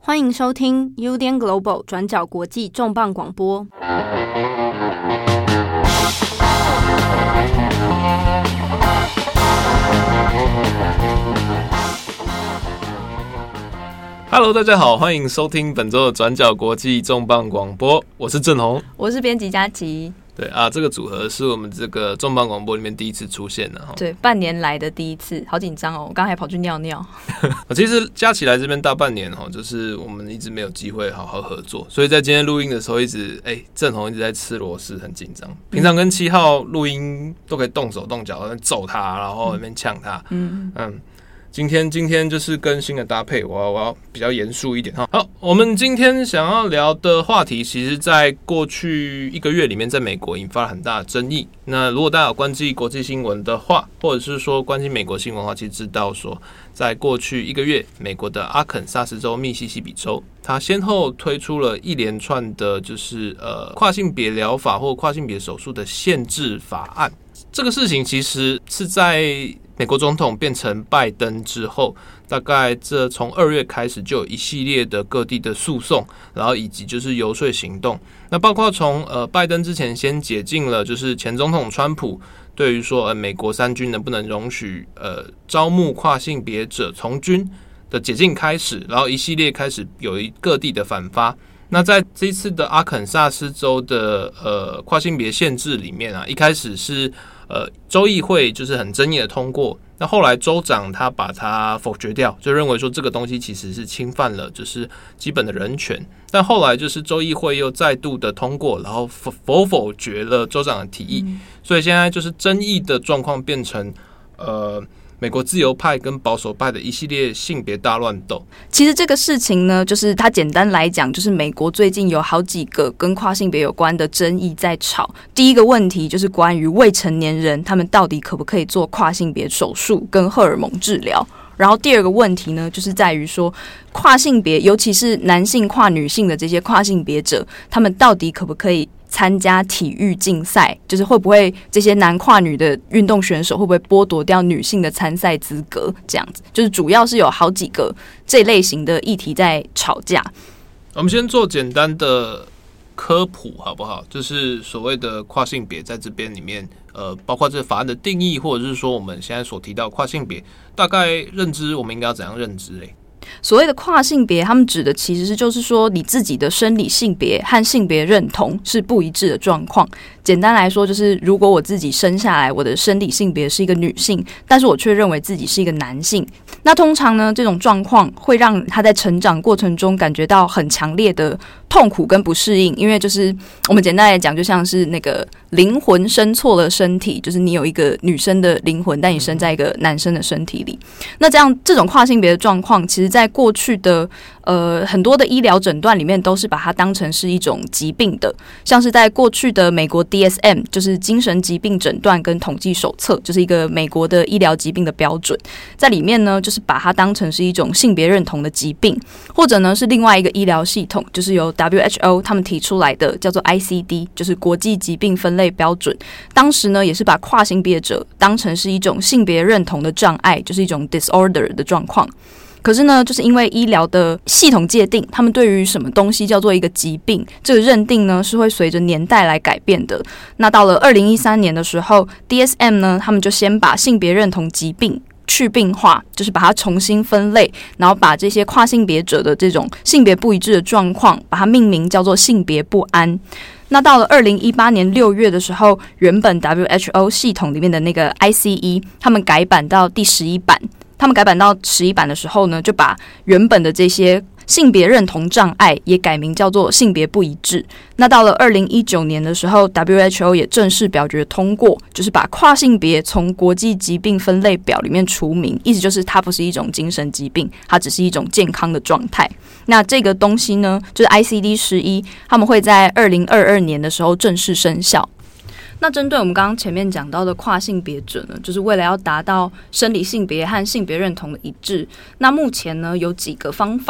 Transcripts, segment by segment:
欢迎收听 UDN Global 转角国际重磅广播。 Hello， 大家好，欢迎收听本周的转角国际重磅广播，我是郑宏， 我是编辑佳琪。 对啊，这个组合是我们这个重磅广播里面第一次出现的， 对，半年来的第一次，好紧张哦！我刚才跑去尿尿。 其实佳琪来这边大半年就是我们一直没有机会好好合作，所以在今天录音的时候，郑宏一直在吃螺丝，很紧张。平常跟7号录音都可以动手动脚，揍他，然后那边呛他。今天就是更新的搭配，我要比较严肃一点。好，我们今天想要聊的话题，其实在过去1个月里面，在美国引发了很大的争议。那如果大家有关注国际新闻的话，或者是说关心美国新闻的话，其实知道说，在过去1个月，美国的阿肯萨斯州、密西西比州，它先后推出了一连串的，就是跨性别疗法或跨性别手术的限制法案。这个事情其实是在美国总统变成拜登之后，大概这从2月开始就有一系列的各地的诉讼，然后以及就是游说行动。那包括从拜登之前先解禁了，就是前总统川普对于说美国3军能不能容许招募跨性别者从军的解禁开始，然后一系列开始有各地的反发。那在这一次的阿肯萨斯州的跨性别限制里面啊，一开始是州议会就是很争议的通过，那后来州长他把它否决掉，就认为说这个东西其实是侵犯了就是基本的人权。但后来就是州议会又再度的通过，然后否决了州长的提议，所以现在就是争议的状况变成美国自由派跟保守派的一系列性别大乱斗。 其实这个事情呢，就是它简单来讲，就是美国最近有好几个跟跨性别有关的争议在吵。第一个问题就是关于未成年人他们到底可不可以做跨性别手术跟荷尔蒙治疗。然后第二个问题呢，就是在于说跨性别，尤其是男性跨女性的这些跨性别者，他们到底可不可以参加体育竞赛，就是会不会这些男跨女的运动选手会不会剥夺掉女性的参赛资格，这样子就是主要是有好几个这类型的议题在吵架。 我们先做简单的科普好不好？就是所谓的跨性别在这边里面包括这个法案的定义，或者是说我们现在所提到跨性别大概认知，我们应该要怎样认知嘞？ 所谓的跨性别，他们指的其实就是说你自己的生理性别和性别认同是不一致的状况。简单来说，就是如果我自己生下来我的生理性别是一个女性，但是我却认为自己是一个男性，那通常呢，这种状况会让他在成长过程中感觉到很强烈的痛苦跟不适应。因为就是我们简单来讲，就像是那个灵魂生错了身体，就是你有一个女生的灵魂，但你生在一个男生的身体里。那这种跨性别的状况，其实在过去的很多的医疗诊断里面都是把它当成是一种疾病的，像是在过去的美国 DSM 就是精神疾病诊断跟统计手册，就是一个美国的医疗疾病的标准，在里面呢就是把它当成是一种性别认同的疾病，或者呢是另外一个医疗系统，就是由 WHO 他们提出来的叫做 ICD 就是国际疾病分类标准，当时呢也是把跨性别者当成是一种性别认同的障碍，就是一种 disorder 的状况。可是呢，就是因为医疗的系统界定，他们对于什么东西叫做一个疾病，这个认定呢是会随着年代来改变的。那到了2013年的时候 ，DSM 呢，他们就先把性别认同疾病去病化，就是把它重新分类，然后把这些跨性别者的这种性别不一致的状况，把它命名叫做性别不安。那到了2018年6月的时候，原本 WHO 系统里面的那个 ICE， 他们改版到第11版。他们改版到11版的时候呢，就把原本的这些性别认同障碍也改名叫做性别不一致。那到了2019年的时候 WHO 也正式表决通过，就是把跨性别从国际疾病分类表里面除名，意思就是它不是一种精神疾病，它只是一种健康的状态。那这个东西呢，就是 ICD-11， 他们会在2022年的时候正式生效。那针对我们刚刚前面讲到的跨性别者呢，就是为了要达到生理性别和性别认同的一致，那目前呢有几个方法。大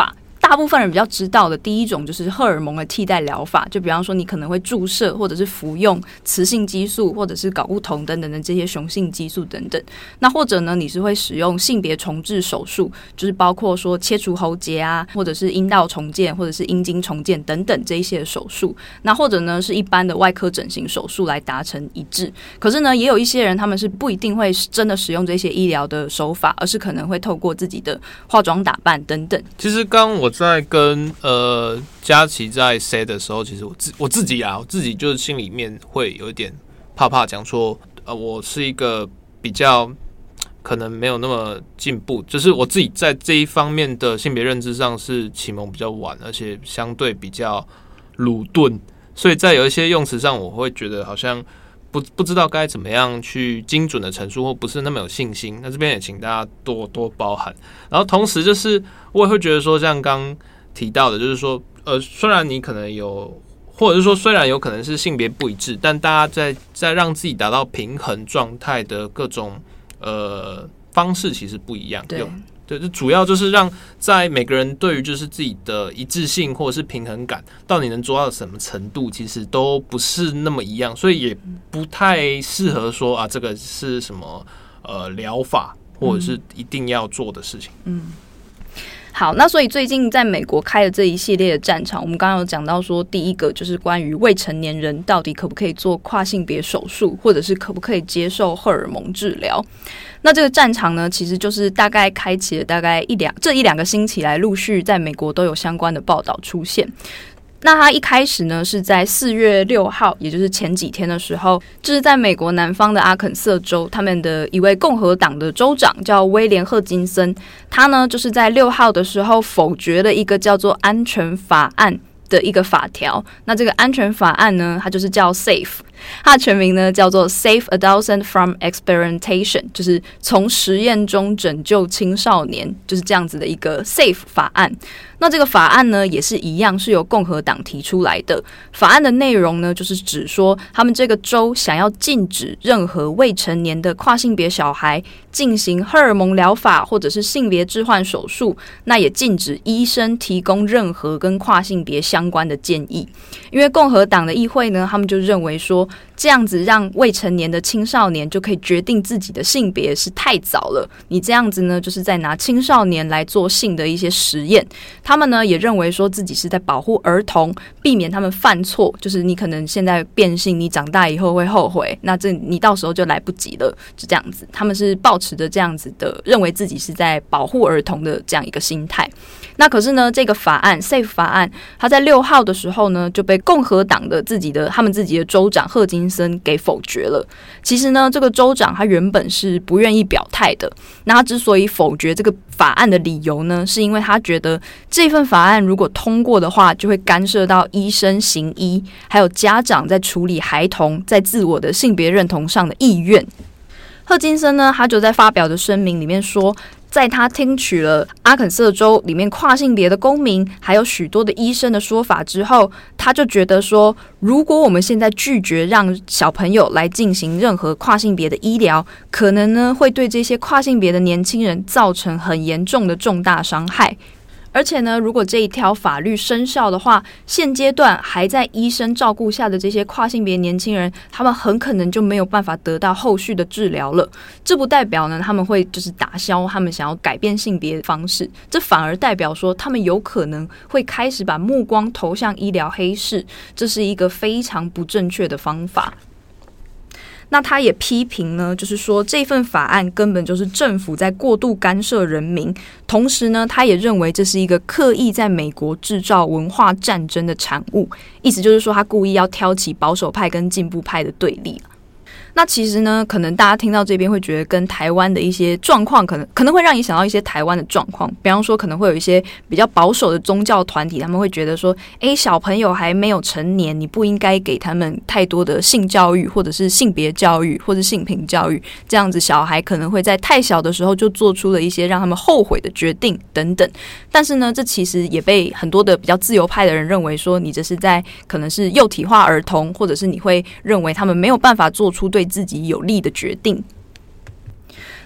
大部分人比较知道的第一种就是荷尔蒙的替代疗法，就比方说你可能会注射或者是服用雌性激素或者是睾固酮等等的这些雄性激素等等。那或者呢，你是会使用性别重置手术，就是包括说切除喉结啊，或者是阴道重建，或者是阴茎重建等等这一些手术。那或者呢是一般的外科整形手术来达成一致。可是呢，也有一些人他们是不一定会真的使用这些医疗的手法，而是可能会透过自己的化妆打扮等等。 其实刚我在跟佳琪在 say 的时候，其实我自己就是心里面会有一点怕讲说，我是一个比较可能没有那么进步，就是我自己在这一方面的性别认知上是启蒙比较晚，而且相对比较鲁钝，所以在有一些用词上，我会觉得好像不知道该怎么样去精准的陈述，或不是那么有信心。那这边也请大家多多包涵。然后同时就是我也会觉得说，像刚提到的，就是说虽然你可能有，或者是说虽然有可能是性别不一致，但大家在让自己达到平衡状态的各种方式其实不一样。对，主要就是让在每个人对于就是自己的一致性或者是平衡感，到底能做到什么程度，其实都不是那么一样，所以也不太适合说啊，这个是什么疗法，或者是一定要做的事情。 好，那所以最近在美国开的这一系列的战场，我们刚刚有讲到说，第一个就是关于未成年人到底可不可以做跨性别手术，或者是可不可以接受荷尔蒙治疗。那这个战场呢，其实就是大概开启了大概这一两个星期来，陆续在美国都有相关的报道出现。那他一开始呢是在4月6号，也就是前几天的时候，就是在美国南方的阿肯色州，他们的一位共和党的州长叫威廉·赫金森，他呢就是在6号的时候否决了一个叫做安全法案的一个法条。那这个安全法案呢，它就是叫 SAFE， 它的全名呢叫做 Save Adolescents from Experimentation， 就是从实验中拯救青少年，就是这样子的一个 SAFE 法案。那这个法案呢，也是一样是由共和党提出来的。法案的内容呢，就是指说他们这个州想要禁止任何未成年的跨性别小孩进行荷尔蒙疗法或者是性别置换手术，那也禁止医生提供任何跟跨性别相关的建议。因为共和党的议会呢，他们就认为说，这样子让未成年的青少年就可以决定自己的性别是太早了，你这样子呢，就是在拿青少年来做性的一些实验。他们呢也认为说自己是在保护儿童，避免他们犯错，就是你可能现在变性，你长大以后会后悔，那这你到时候就来不及了，就这样子。他们是抱持着这样子的，认为自己是在保护儿童的这样一个心态。那可是呢，这个法案 SAFE 法案，它在6号的时候呢，就被共和党的他们自己的州长赫金森给否决了。其实呢，这个州长他原本是不愿意表态的。那他之所以否决这个法案的理由呢，是因为他觉得这份法案如果通过的话，就会干涉到医生行医，还有家长在处理孩童在自我的性别认同上的意愿。赫金森呢，他就在发表的声明里面说，在他听取了阿肯色州里面跨性别的公民还有许多的医生的说法之后，他就觉得说，如果我们现在拒绝让小朋友来进行任何跨性别的医疗，可能呢会对这些跨性别的年轻人造成很严重的重大伤害。而且呢，如果这一条法律生效的话，现阶段还在医生照顾下的这些跨性别年轻人，他们很可能就没有办法得到后续的治疗了。这不代表呢他们会就是打消他们想要改变性别的方式，这反而代表说他们有可能会开始把目光投向医疗黑市，这是一个非常不正确的方法。那他也批评呢，就是说这份法案根本就是政府在过度干涉人民，同时呢，他也认为这是一个刻意在美国制造文化战争的产物，意思就是说他故意要挑起保守派跟进步派的对立。那其实呢，可能大家听到这边会觉得跟台湾的一些状况可能会让你想到一些台湾的状况，比方说可能会有一些比较保守的宗教团体，他们会觉得说，小朋友还没有成年，你不应该给他们太多的性教育或者是性别教育或者性平教育，这样子小孩可能会在太小的时候就做出了一些让他们后悔的决定等等。但是呢，这其实也被很多的比较自由派的人认为说，你这是在可能是幼体化儿童，或者是你会认为他们没有办法做出对自己有利的决定。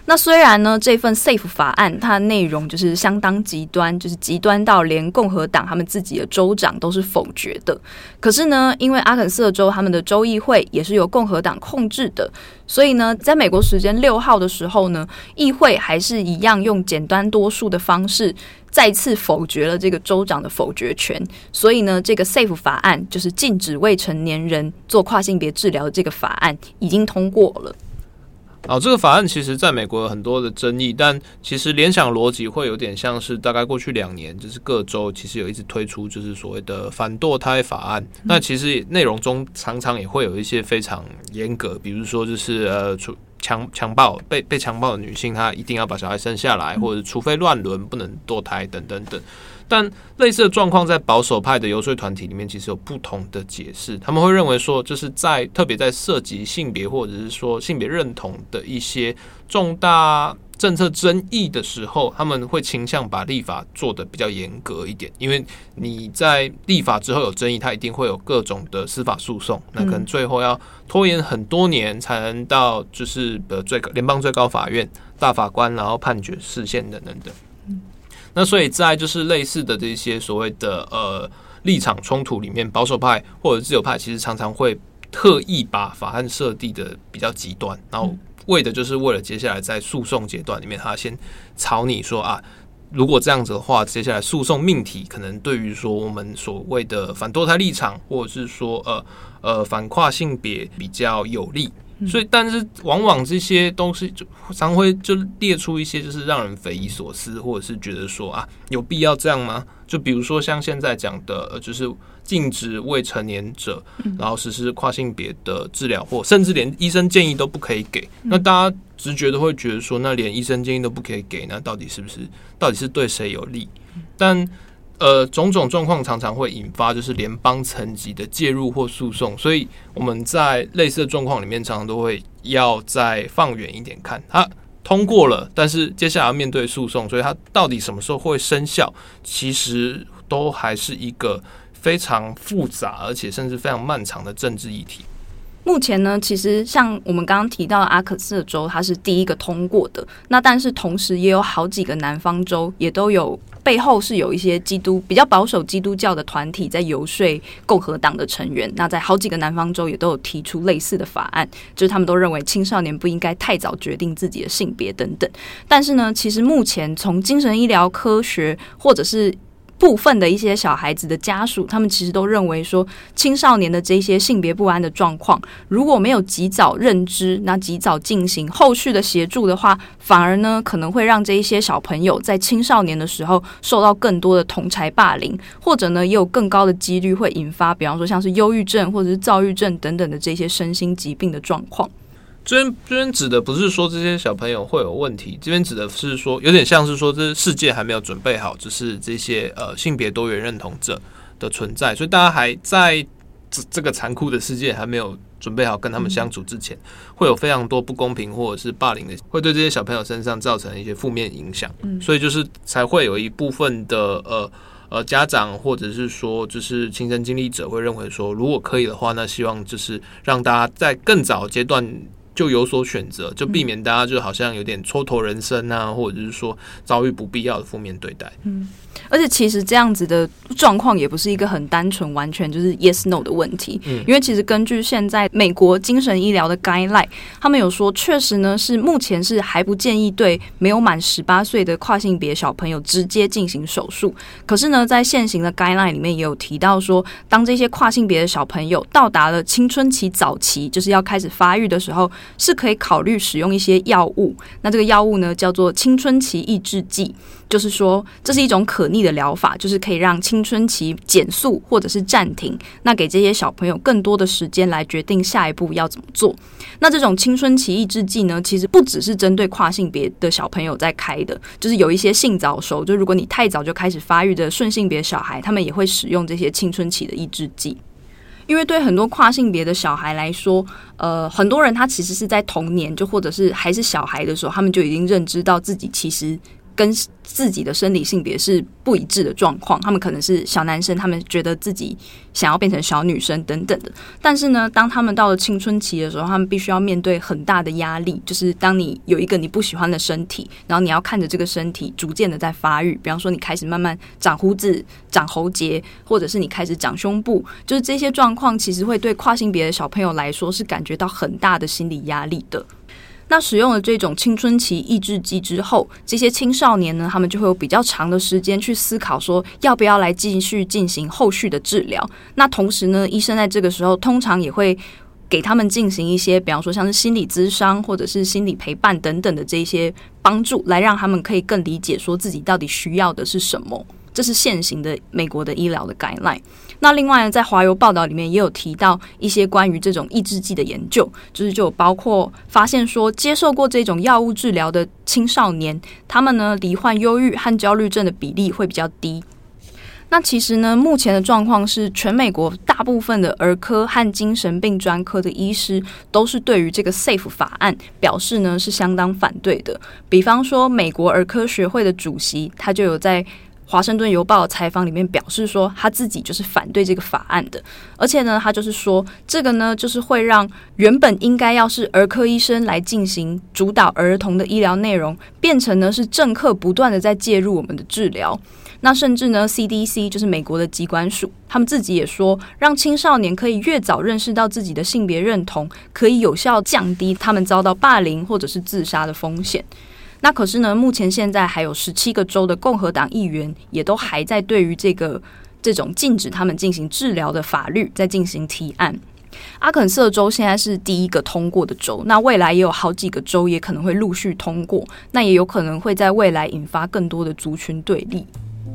那虽然呢，这份 SAFE 法案它的内容就是相当极端，就是极端到连共和党他们自己的州长都是否决的。可是呢，因为阿肯色州他们的州议会也是由共和党控制的，所以呢，在美国时间6号的时候呢，议会还是一样用简单多数的方式再次否决了这个州长的否决权。所以呢，这个 SAFE 法案就是禁止未成年人做跨性别治疗的这个法案已经通过了。 这个法案其实在美国有很多的争议，但其实联想逻辑会有点像是大概过去2年，就是各州其实有一直推出就是所谓的反堕胎法案。那其实内容中常常也会有一些非常严格，比如说就是强暴被强暴的女性，她一定要把小孩生下来，或者除非乱伦不能堕胎等等等。但类似的状况在保守派的游说团体里面其实有不同的解释，他们会认为说，就是特别在涉及性别或者是说性别认同的一些重大政策争议的时候，他们会倾向把立法做得比较严格一点，因为你在立法之后有争议，它一定会有各种的司法诉讼，那可能最后要拖延很多年才能到就是联邦最高法院大法官然后判决释宪等等等。那所以在就是类似的这些所谓的立场冲突里面，保守派或者自由派其实常常会特意把法案设定的比较极端，然后为了接下来在诉讼阶段里面，他先吵你说如果这样子的话，接下来诉讼命题可能对于说我们所谓的反堕胎立场，或者是说反跨性别比较有利。所以，但是往往这些东西常会就列出一些就是让人匪夷所思，或者是觉得说有必要这样吗？就比如说像现在讲的，就是禁止未成年者，然后实施跨性别的治疗，或甚至连医生建议都不可以给。那大家直觉都会觉得说，那连医生建议都不可以给，那到底是对谁有利？但种种状况常常会引发就是联邦层级的介入或诉讼，所以我们在类似的状况里面，常常都会要再放远一点看。它通过了，但是接下来要面对诉讼，所以它到底什么时候会生效，其实都还是一个非常复杂而且甚至非常漫长的政治议题。 目前呢，其实像我们刚刚提到的阿肯色州，它是第一个通过的。那但是同时也有好几个南方州也都有背后是有一些比较保守基督教的团体在游说共和党的成员。那在好几个南方州也都有提出类似的法案，就是他们都认为青少年不应该太早决定自己的性别等等。但是呢，其实目前从精神医疗科学或者是部分的一些小孩子的家属，他们其实都认为说，青少年的这些性别不安的状况，如果没有及早认知，那及早进行后续的协助的话，反而呢可能会让这一些小朋友在青少年的时候受到更多的同侪霸凌，或者呢也有更高的几率会引发，比方说像是忧郁症或者是躁郁症等等的这些身心疾病的状况。 这边指的不是说这些小朋友会有问题，这边指的是说有点像是说这世界还没有准备好，就是这些性别多元认同者的存在，所以大家还在这个残酷的世界还没有准备好跟他们相处之前，会有非常多不公平或者是霸凌的，会对这些小朋友身上造成一些负面影响。所以就是才会有一部分的家长或者是说就是亲身经历者会认为说，如果可以的话，那希望就是让大家在更早阶段就有所选择，就避免大家就好像有点蹉跎人生啊，或者是说遭遇不必要的负面对待。 而且其实这样子的状况也不是一个很单纯完全就是 yes no 的问题，因为其实根据现在美国精神医疗的 guideline， 他们有说确实呢是目前是还不建议对没有满18岁的跨性别小朋友直接进行手术。可是呢在现行的 guideline 里面也有提到说，当这些跨性别的小朋友到达了青春期早期，就是要开始发育的时候，是可以考虑使用一些药物。那这个药物呢叫做青春期抑制剂，就是说这是一种可逆的疗法，就是可以让青春期减速或者是暂停，那给这些小朋友更多的时间来决定下一步要怎么做。那这种青春期抑制剂呢，其实不只是针对跨性别的小朋友在开的，就是有一些性早熟，就如果你太早就开始发育的顺性别小孩，他们也会使用这些青春期的抑制剂。因为对很多跨性别的小孩来说，很多人他其实是在童年就或者是还是小孩的时候，他们就已经认知到自己其实跟自己的生理性别是不一致的状况，他们可能是小男生，他们觉得自己想要变成小女生等等的。但是呢，当他们到了青春期的时候，他们必须要面对很大的压力，就是当你有一个你不喜欢的身体，然后你要看着这个身体逐渐的在发育，比方说你开始慢慢长胡子、长喉结，或者是你开始长胸部，就是这些状况其实会对跨性别的小朋友来说是感觉到很大的心理压力的。那使用了这种青春期抑制剂之后，这些青少年呢，他们就会有比较长的时间去思考说要不要来继续进行后续的治疗。那同时呢，医生在这个时候通常也会给他们进行一些比方说像是心理咨商或者是心理陪伴等等的这些帮助，来让他们可以更理解说自己到底需要的是什么。这是现行的美国的医疗的 guideline。 那另外呢，在华邮报道里面也有提到一些关于这种抑制剂的研究，就有包括发现说接受过这种药物治疗的青少年，他们呢罹患忧郁和焦虑症的比例会比较低。那其实呢，目前的状况是全美国大部分的儿科和精神病专科的医师都是对于这个 SAFE 法案表示呢是相当反对的。比方说美国儿科学会的主席，他就有在华盛顿邮报的采访里面表示说，他自己就是反对这个法案的，而且呢，他就是说这个呢，就是会让原本应该要是儿科医生来进行主导儿童的医疗内容，变成呢是政客不断的在介入我们的治疗。那甚至呢 CDC 就是美国的疾管署，他们自己也说，让青少年可以越早认识到自己的性别认同，可以有效降低他们遭到霸凌或者是自杀的风险。那可是呢，目前现在还有17个州的共和党议员也都还在对于这种禁止他们进行治疗的法律在进行提案。阿肯色州现在是第一个通过的州，那未来也有好几个州也可能会陆续通过，那也有可能会在未来引发更多的族群对立。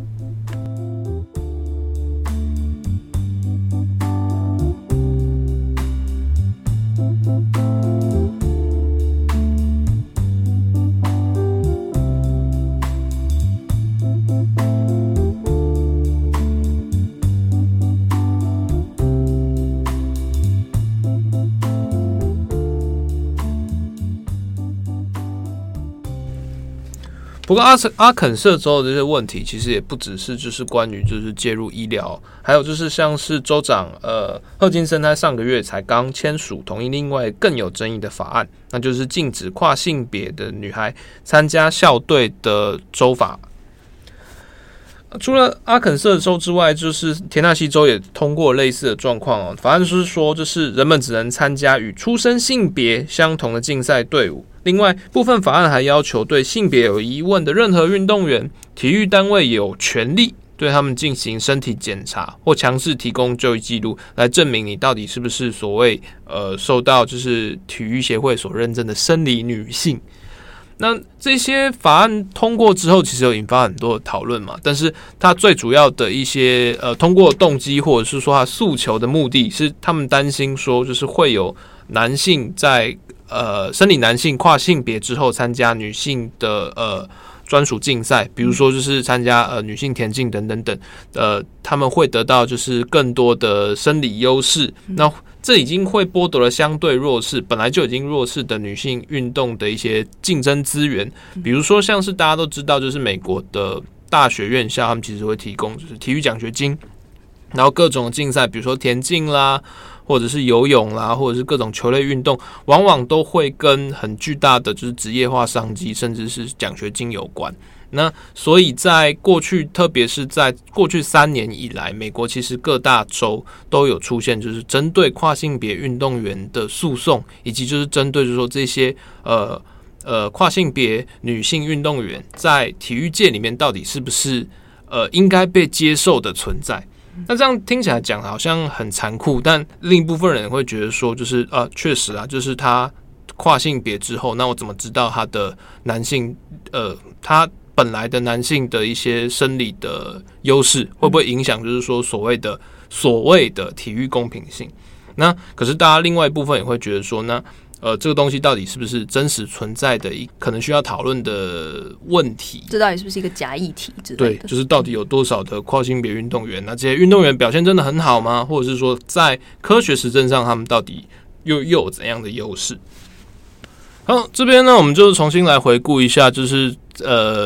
不过阿肯色州的这些问题其实也不只是就是关于就是介入医疗，还有就是像是州长赫金森他上个月才刚签署同意另外更有争议的法案，那就是禁止跨性别的女孩参加校队的州法。除了阿肯色州之外，就是田纳西州也通过类似的状况法案是说，就是人们只能参加与出生性别相同的竞赛队伍。另外，部分法案还要求对性别有疑问的任何运动员，体育单位有权利对他们进行身体检查，或强制提供就医记录，来证明你到底是不是所谓受到就是体育协会所认证的生理女性。那这些法案通过之后，其实有引发很多的讨论嘛。但是它最主要的一些通过动机，或者是说它诉求的目的是，他们担心说，就是会有男性在生理男性跨性别之后参加女性的专属竞赛，比如说就是参加女性田径等等等，他们会得到就是更多的生理优势。那这已经会剥夺了相对弱势，本来就已经弱势的女性运动的一些竞争资源，比如说像是大家都知道，就是美国的大学院校，他们其实会提供就是体育奖学金，然后各种竞赛，比如说田径啦，或者是游泳啦，或者是各种球类运动，往往都会跟很巨大的就是职业化商机，甚至是奖学金有关。那所以在过去，特别是在过去3年以来，美国其实各大州都有出现就是针对跨性别运动员的诉讼，以及就是针对就是说这些跨性别女性运动员在体育界里面到底是不是应该被接受的存在。那这样听起来讲好像很残酷，但另一部分人会觉得说，就是确实啊，就是他跨性别之后，那我怎么知道他的男性他本来的男性的一些生理的优势会不会影响，就是说所谓的体育公平性？那可是大家另外一部分也会觉得说，那这个东西到底是不是真实存在的可能需要讨论的问题？ 这到底是不是一个假议题之类的？ 对，就是到底有多少的跨性别运动员？那这些运动员表现真的很好吗？或者是说在科学实证上，他们到底又有怎样的优势？好，这边呢，我们就重新来回顾一下，就是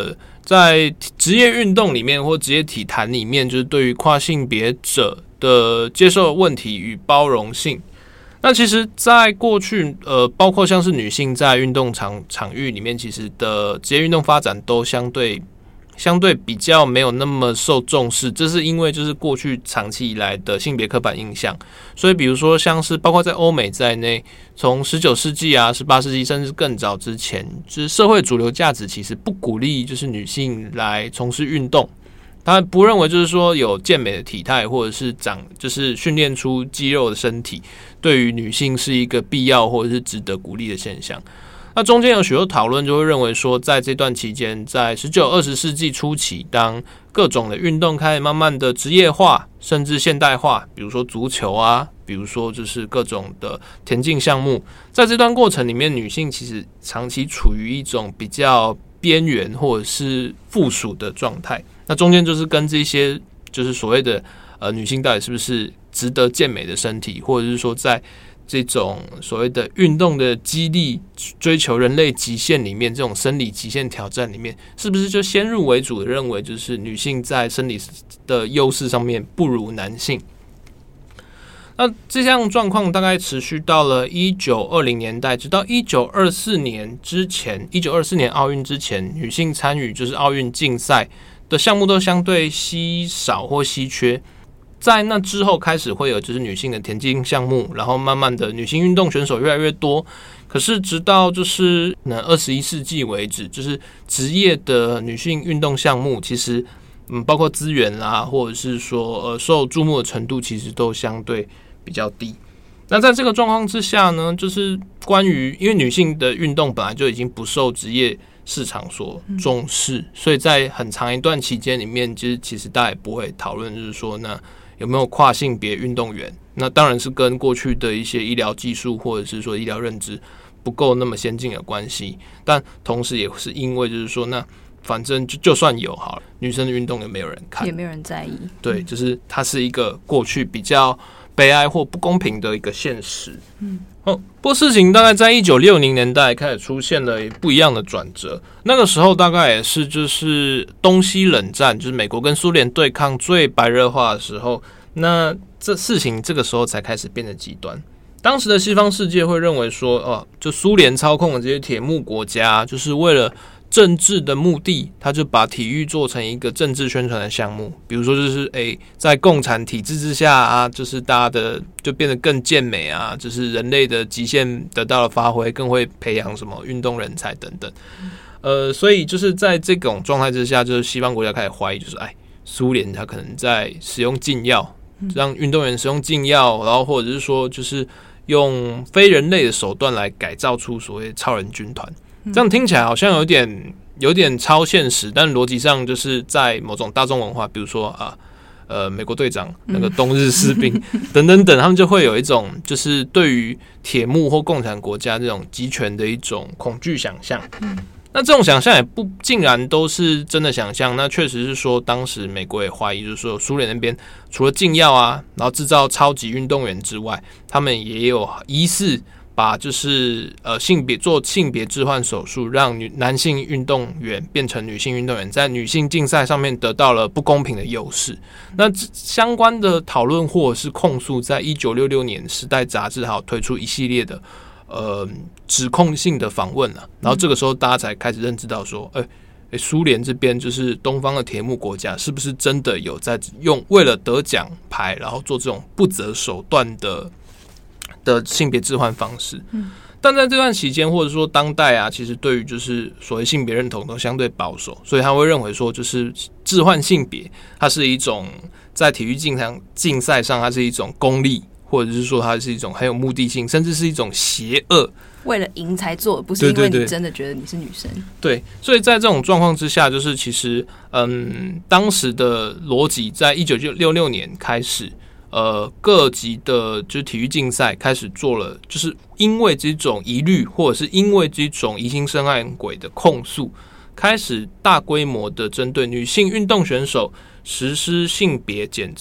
在职业运动里面或职业体坛里面，就是对于跨性别者的接受问题与包容性。那其实在过去包括像是女性在运动场域里面，其实的职业运动发展都相对比较没有那么受重视，这是因为就是过去长期以来的性别刻板印象。所以比如说像是包括在欧美在内，从19世纪啊18世纪甚至更早之前，就是社会主流价值其实不鼓励就是女性来从事运动，他不认为就是说有健美的体态或者是就是训练出肌肉的身体对于女性是一个必要或者是值得鼓励的现象。那中间有许多讨论就会认为说，在这段期间，在19、20世纪初期，当各种的运动开始慢慢的职业化甚至现代化，比如说足球啊，比如说就是各种的田径项目，在这段过程里面，女性其实长期处于一种比较边缘或者是附属的状态。那中间就是跟这些就是所谓的女性到底是不是值得健美的身体，或者是说在这种所谓的运动的激励追求人类极限里面，这种生理极限挑战里面，是不是就先入为主的认为就是女性在生理的优势上面不如男性？那这项状况大概持续到了1920年代，直到1924年之前，1924年奥运之前，女性参与就是奥运竞赛的项目都相对稀少或稀缺。在那之后开始会有就是女性的田径项目，然后慢慢的女性运动选手越来越多。可是直到就是21世纪为止，就是职业的女性运动项目其实包括资源啦，或者是说受注目的程度其实都相对比较低。那在这个状况之下呢，就是关于因为女性的运动本来就已经不受职业市场所重视，所以在很长一段期间里面，其实大家也不会讨论就是说那有没有跨性别运动员？那当然是跟过去的一些医疗技术或者是说医疗认知不够那么先进有关系，但同时也是因为就是说，那反正就算有好了，女生的运动也没有人看， 也没有人在意。 对，就是它是一个过去比较悲哀或不公平的一个现实。不过事情大概在1960年代开始出现了不一样的转折，那个时候大概也是就是东西冷战，就是美国跟苏联对抗最白热化的时候，那这事情这个时候才开始变得极端。当时的西方世界会认为说，就苏联操控的这些铁幕国家，就是为了政治的目的，他就把体育做成一个政治宣传的项目。比如说就是在共产体制之下啊，就是大家的就变得更健美啊，就是人类的极限得到了发挥，更会培养什么运动人才等等。所以就是在这种状态之下，就是西方国家开始怀疑，就是苏联它可能在使用禁药，让运动员使用禁药，然后或者是说就是用非人类的手段来改造出所谓超人军团。这样听起来好像有点超现实，但逻辑上就是在某种大众文化，比如说美国队长那个冬日士兵等等等，他们就会有一种就是对于铁幕或共产国家这种集权的一种恐惧想象。那这种想象也不尽然都是真的想象，那确实是说当时美国也怀疑，就是说苏联那边除了禁药啊，然后制造超级运动员之外，他们也有疑似把就是做性别置换手术，让男性运动员变成女性运动员，在女性竞赛上面得到了不公平的优势。那相关的讨论或者是控诉，在1966年《时代》杂志还有推出一系列的指控性的访问了，然后这个时候大家才开始认知到说，苏联这边就是东方的铁幕国家，是不是真的有在为了得奖牌，然后做这种不择手段的性别置换方式。但在这段期间或者说当代啊，其实对于就是所谓性别认同都相对保守，所以他会认为说就是置换性别它是一种在体育竞赛上它是一种功利，或者是说它是一种很有目的性，甚至是一种邪恶， 为了赢才做，不是因为你真的觉得你是女生。 对，所以在这种状况之下，就是其实当时的逻辑在1966年开始，各级的就是体育竞赛开始做了，就是因为这种疑虑或者是因为这种疑心生暗鬼的控诉，开始大规模的针对女性运动选手实施性别检测。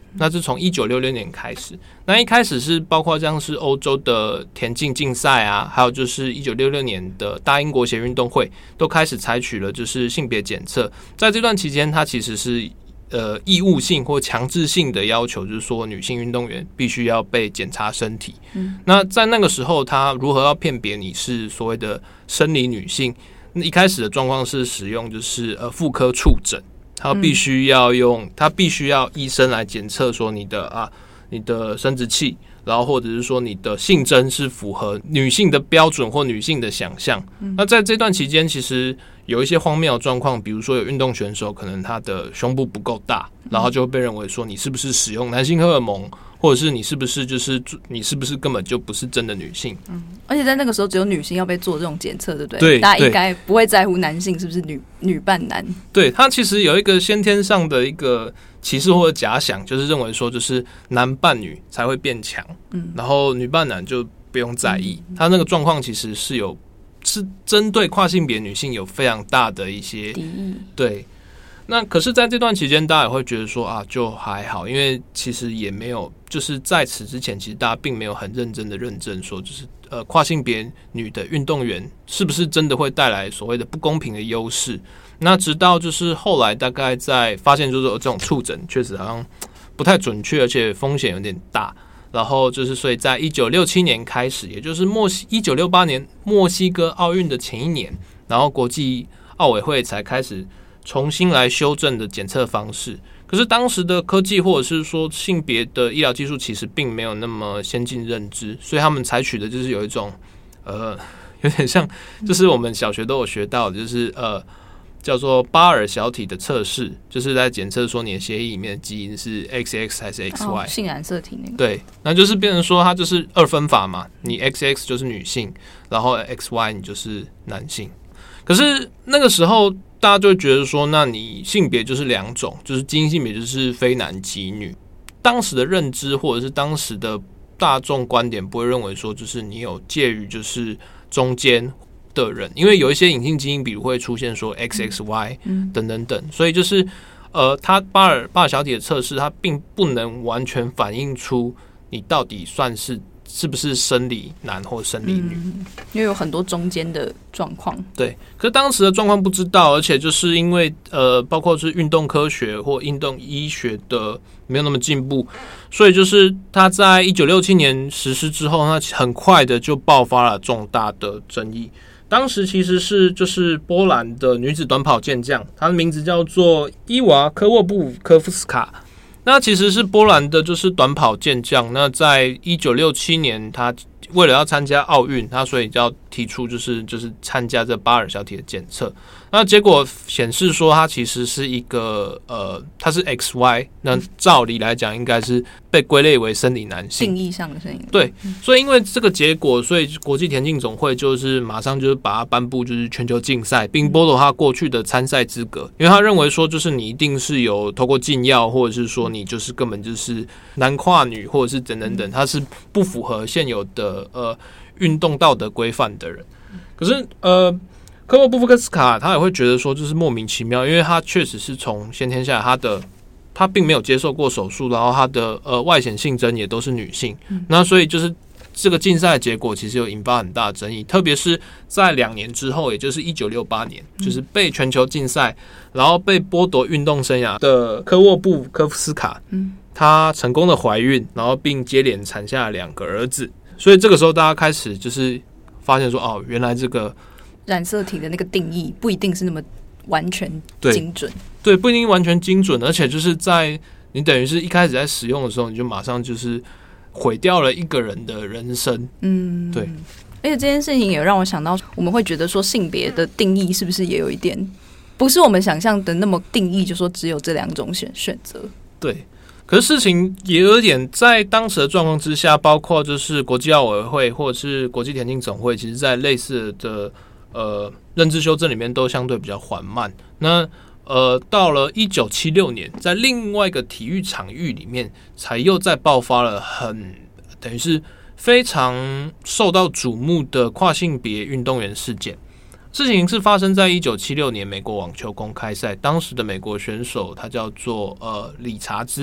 那是从1966年开始。那一开始是包括像是欧洲的田径竞赛啊，还有就是1966年的大英国协运动会都开始采取了就是性别检测。在这段期间，它其实是义务性或强制性的要求，就是说女性运动员必须要被检查身体。那在那个时候，他如何要辨别你是所谓的生理女性？一开始的状况是使用就是妇科触诊，他必须要医生来检测说你的生殖器，然后或者是说你的性征是符合女性的标准或女性的想象。那在这段期间，其实有一些荒谬的状况，比如说有运动选手可能他的胸部不够大，然后就会被认为说你是不是使用男性荷尔蒙，或者是你是不是根本就不是真的女性。 而且在那个时候只有女性要被做这种检测，对不对？ 对， 大家应该不会在乎男性是不是女扮男。对， 他其实有一个先天上的一个歧视或者假想，就是认为说就是男扮女才会变强，然后女扮男就不用在意。他那个状况其实是针对跨性别女性有非常大的一些敌意。 对，那可是在这段期间，大家也会觉得说啊，就还好，因为其实也没有，就是在此之前，其实大家并没有很认真的认证说，就是跨性别女的运动员是不是真的会带来所谓的不公平的优势。那直到就是后来大概在发现就是这种触诊确实好像不太准确，而且风险有点大。然后就是，所以在1967年开始，也就是1968年墨西哥奥运的前一年，然后国际奥委会才开始重新来修正的检测方式。可是当时的科技或者是说性别的医疗技术其实并没有那么先进认知，所以他们采取的就是有一种有点像，就是我们小学都有学到的，就是叫做巴尔小体的测试，就是在检测说你的血液里面的基因是 XX 还是 XY， 性染色体那个。 对，那就是变成说它就是二分法嘛，你 XX 就是女性，然后 XY 你就是男性。可是那个时候大家就会觉得说，那你性别就是两种，就是基因性别就是非男即女。当时的认知或者是当时的大众观点不会认为说，就是你有介于就是中间的人，因为有一些隐性基因，比如会出现说 XXY 等等等，所以就是它巴尔小体的测试，它并不能完全反映出你到底是不是生理男或生理女， 因为有很多中间的状况。 对，可是当时的状况不知道，而且就是因为包括是运动科学或运动医学的没有那么进步，所以就是他在1967年实施之后，那很快的就爆发了重大的争议。当时其实是就是波兰的女子短跑健将，她的名字叫做伊娃科沃布科夫斯卡。那其实是波兰的就是短跑健将。那在1967年，她为了要参加奥运，她所以要提出就是参加这巴尔小体的检测。那结果显示说，她其实是一个她是 XY， 那照理来讲应该是被归类为生理男性， 定义上的生理。 对，所以因为这个结果，所以国际田径总会就是马上就是把它颁布就是全球竞赛，并剥夺他过去的参赛资格，因为他认为说就是你一定是有透过禁药，或者是说你就是根本就是男跨女，或者是等等等，他是不符合现有的运动道德规范的人。可是科沃布夫斯卡他也会觉得说就是莫名其妙，因为他确实是从先天下来他并没有接受过手术，然后他的外显性征也都是女性，那所以就是这个竞赛的结果其实有引发很大的争议，特别是在2年之后，也就是1968年，就是被全球竞赛，然后被剥夺运动生涯的科沃布科夫斯卡，她成功的怀孕，然后并接连产下了2个儿子，所以这个时候大家开始就是发现说，哦，原来这个染色体的那个定义不一定是那么完全精准。 对，不一定完全精准，而且就是在你等于是一开始在使用的时候，你就马上就是毁掉了一个人的人生。对。 而且这件事情也让我想到，我们会觉得说性别的定义是不是也有一点不是我们想象的那么定义，就说只有这2种选择。 对。可是事情也有点在当时的状况之下，包括就是国际奥委会或者是国际田径总会，其实在类似的认知修正里面都相对比较缓慢。那到了1976年，在另外一个体育场域里面，才又再爆发了等于是非常受到瞩目的跨性别运动员事件。事情是发生在1976年美国网球公开赛，当时的美国选手他叫做理查兹。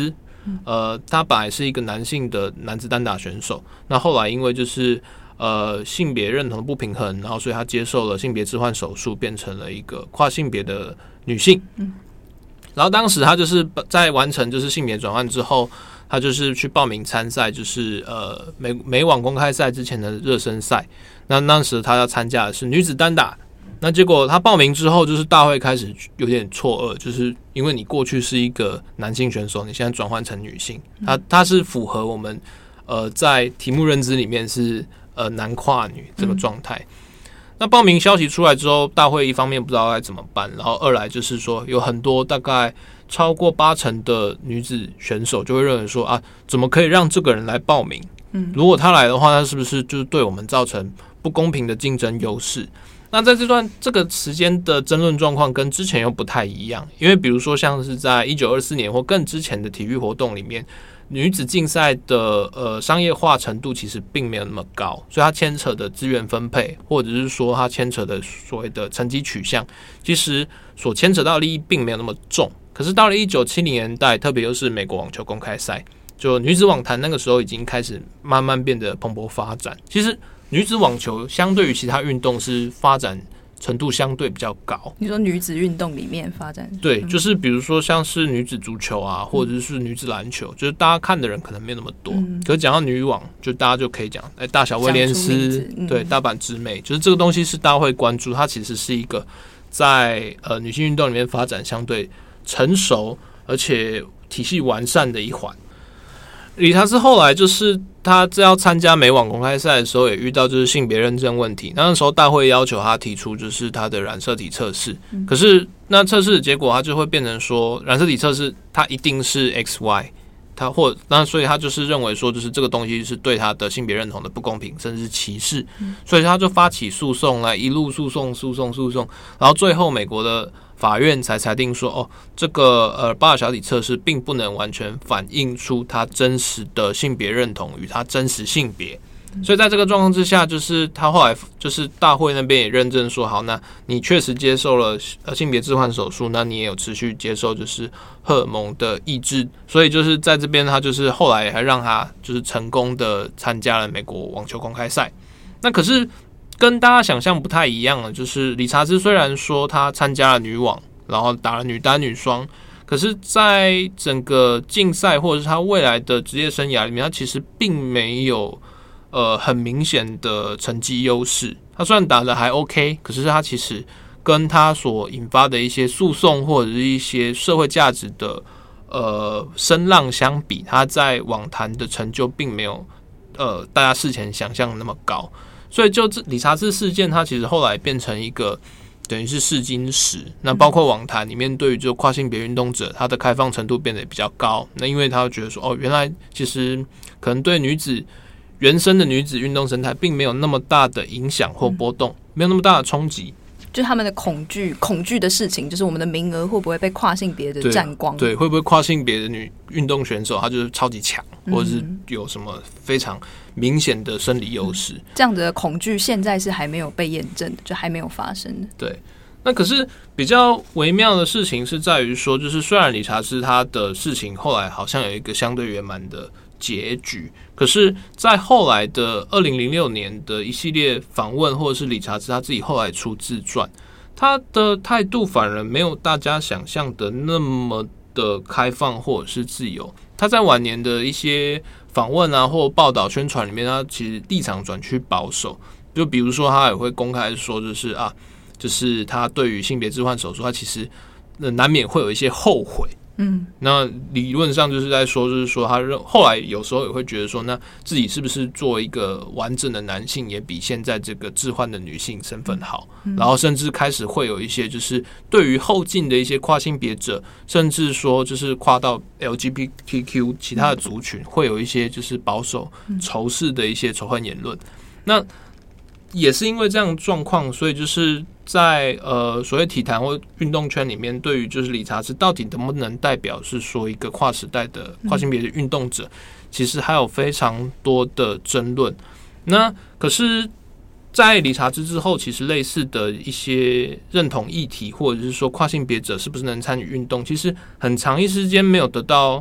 他本来是一个男性的男子单打选手，那后来因为就是性别认同的不平衡，然后所以他接受了性别置换手术，变成了一个跨性别的女性。然后当时他就是在完成就是性别转换之后，他就是去报名参赛，就是美网公开赛之前的热身赛。那时他要参加的是女子单打。那结果他报名之后，就是大会开始有点错愕，就是因为你过去是一个男性选手，你现在转换成女性，他是符合我们在题目认知里面是男跨女这个状态。那报名消息出来之后，大会一方面不知道该怎么办，然后二来就是说有很多大概超过80%的女子选手就会认为说啊，怎么可以让这个人来报名？如果他来的话，他是不是就是对我们造成不公平的竞争优势？那在这个时间的争论状况跟之前又不太一样，因为比如说像是在1924年或更之前的体育活动里面，女子竞赛的商业化程度其实并没有那么高，所以它牵扯的资源分配，或者是说它牵扯的所谓的成绩取向，其实所牵扯到的利益并没有那么重。可是到了1970年代，特别又是美国网球公开赛，就女子网坛那个时候已经开始慢慢变得蓬勃发展。其实女子网球相对于其他运动是发展程度相对比较高。 你说女子运动里面发展， 对，就是比如说像是女子足球啊，或者是女子篮球，就是大家看的人可能没有那么多。可是讲到女网，就大家就可以讲，大小威廉斯，对，大阪直美，就是这个东西是大家会关注，它其实是一个在女性运动里面发展相对成熟而且体系完善的一环。理查兹后来就是他要参加美网公开赛的时候，也遇到就是性别认证问题。那时候大会要求他提出就是他的染色体测试，可是那测试的结果他就会变成说，染色体测试他一定是 XY， 所以他就是认为说，就是这个东西是对他的性别认同的不公平，甚至是歧视，所以他就发起诉讼来一路诉讼，然后最后美国的法院才裁定说，这个巴尔小体测试并不能完全反映出他真实的性别认同与他真实性别。所以在这个状况之下，就是他后来就是大会那边也认证说，好，那你确实接受了性别置换手术，那你也有持续接受就是荷尔蒙的抑制，所以就是在这边他就是后来还让他就是成功的参加了美国网球公开赛。那可是跟大家想象不太一样的，就是理查兹虽然说他参加了女网，然后打了女单女双，可是在整个竞赛或者是他未来的职业生涯里面，他其实并没有很明显的成绩优势。他虽然打得还 OK， 可是他其实跟他所引发的一些诉讼或者是一些社会价值的声浪相比，他在网坛的成就并没有大家事前想象的那么高。所以就理查兹事件，它其实后来变成一个等于是试金石。那包括网坛里面对于就跨性别运动者，它的开放程度变得比较高。那因为他觉得说，原来其实可能对原生的女子运动生态并没有那么大的影响或波动，没有那么大的冲击。 就他们的恐惧的事情，就是我们的名额会不会被跨性别的占光？ 对，会不会跨性别的女运动选手她就是超级强，或者是有什么非常明显的生理优势？ 这样的恐惧现在是还没有被验证的，就还没有发生的。 对，那可是比较微妙的事情是在于说，就是虽然理查兹他的事情后来好像有一个相对圆满的结局，可是在后来的2006年的一系列访问，或者是理查兹他自己后来出自传，他的态度反而没有大家想象的那么的开放或者是自由。他在晚年的一些访问啊或报道宣传里面，他其实立场转趋保守。就比如说他也会公开说，就是他对于性别置换手术，他其实难免会有一些后悔。那理论上就是在说，就是说他后来有时候也会觉得说，那自己是不是做一个完整的男性，也比现在这个置换的女性身份好。然后甚至开始会有一些就是对于后进的一些跨性别者，甚至说就是跨到 LGBTQ 其他的族群，会有一些就是保守仇视的一些仇恨言论。那也是因为这样的状况，所以就是在所谓体坛或运动圈里面，对于就是理查兹到底能不能代表是说一个跨时代的跨性别的运动者，其实还有非常多的争论。那可是在理查兹之后，其实类似的一些认同议题，或者是说跨性别者是不是能参与运动，其实很长一时间没有得到